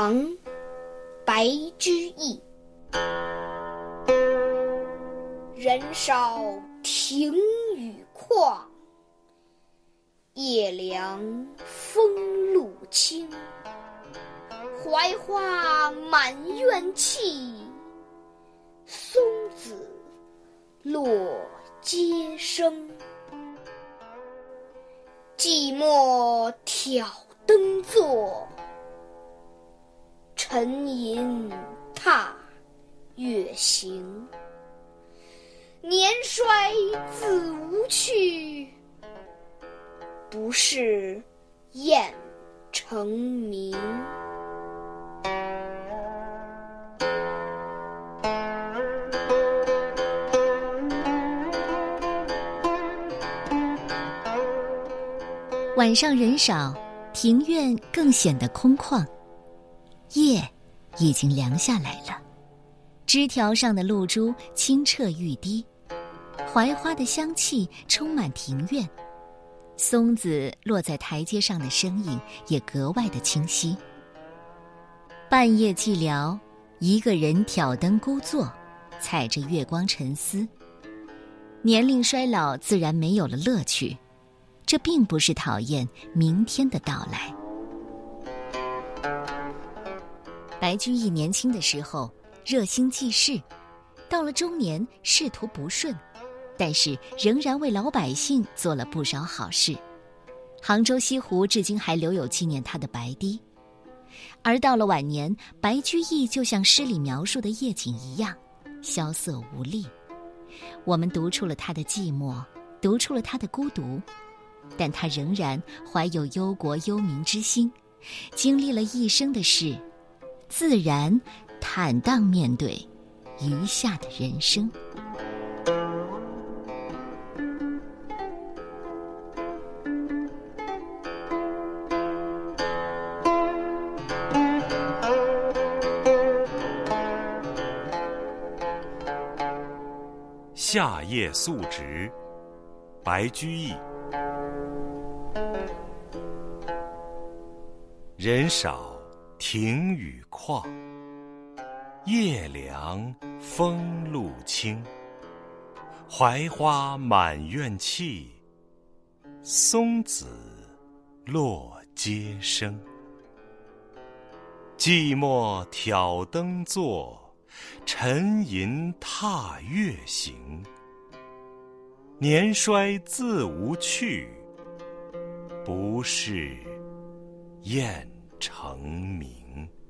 唐·白居易。人少庭宇旷，夜凉风露清。槐花满院气，松子落街声。寂寞挑灯坐，沉吟踏月行。年衰自无趣，不是雁成鸣。 晚上人少，庭院更显得空旷。夜已经凉下来了，枝条上的露珠清澈欲滴，槐花的香气充满庭院，松子落在台阶上的声音也格外的清晰。半夜寂寥，一个人挑灯孤坐，踩着月光沉思。年龄衰老，自然没有了乐趣，这并不是讨厌明天的到来。白居易年轻的时候热心济世，到了中年仕途不顺，但是仍然为老百姓做了不少好事。杭州西湖至今还留有纪念他的白堤。而到了晚年，白居易就像诗里描述的夜景一样，萧瑟无力。我们读出了他的寂寞，读出了他的孤独，但他仍然怀有忧国忧民之心，经历了一生的事，自然坦荡面对余下的人生。 夏夜宿直，白居易。人少庭宇旷，夜凉风露清。槐花满院气，松子落街声。寂寞挑灯坐，沉吟踏月行。年衰自无趣，不是雁成鸣。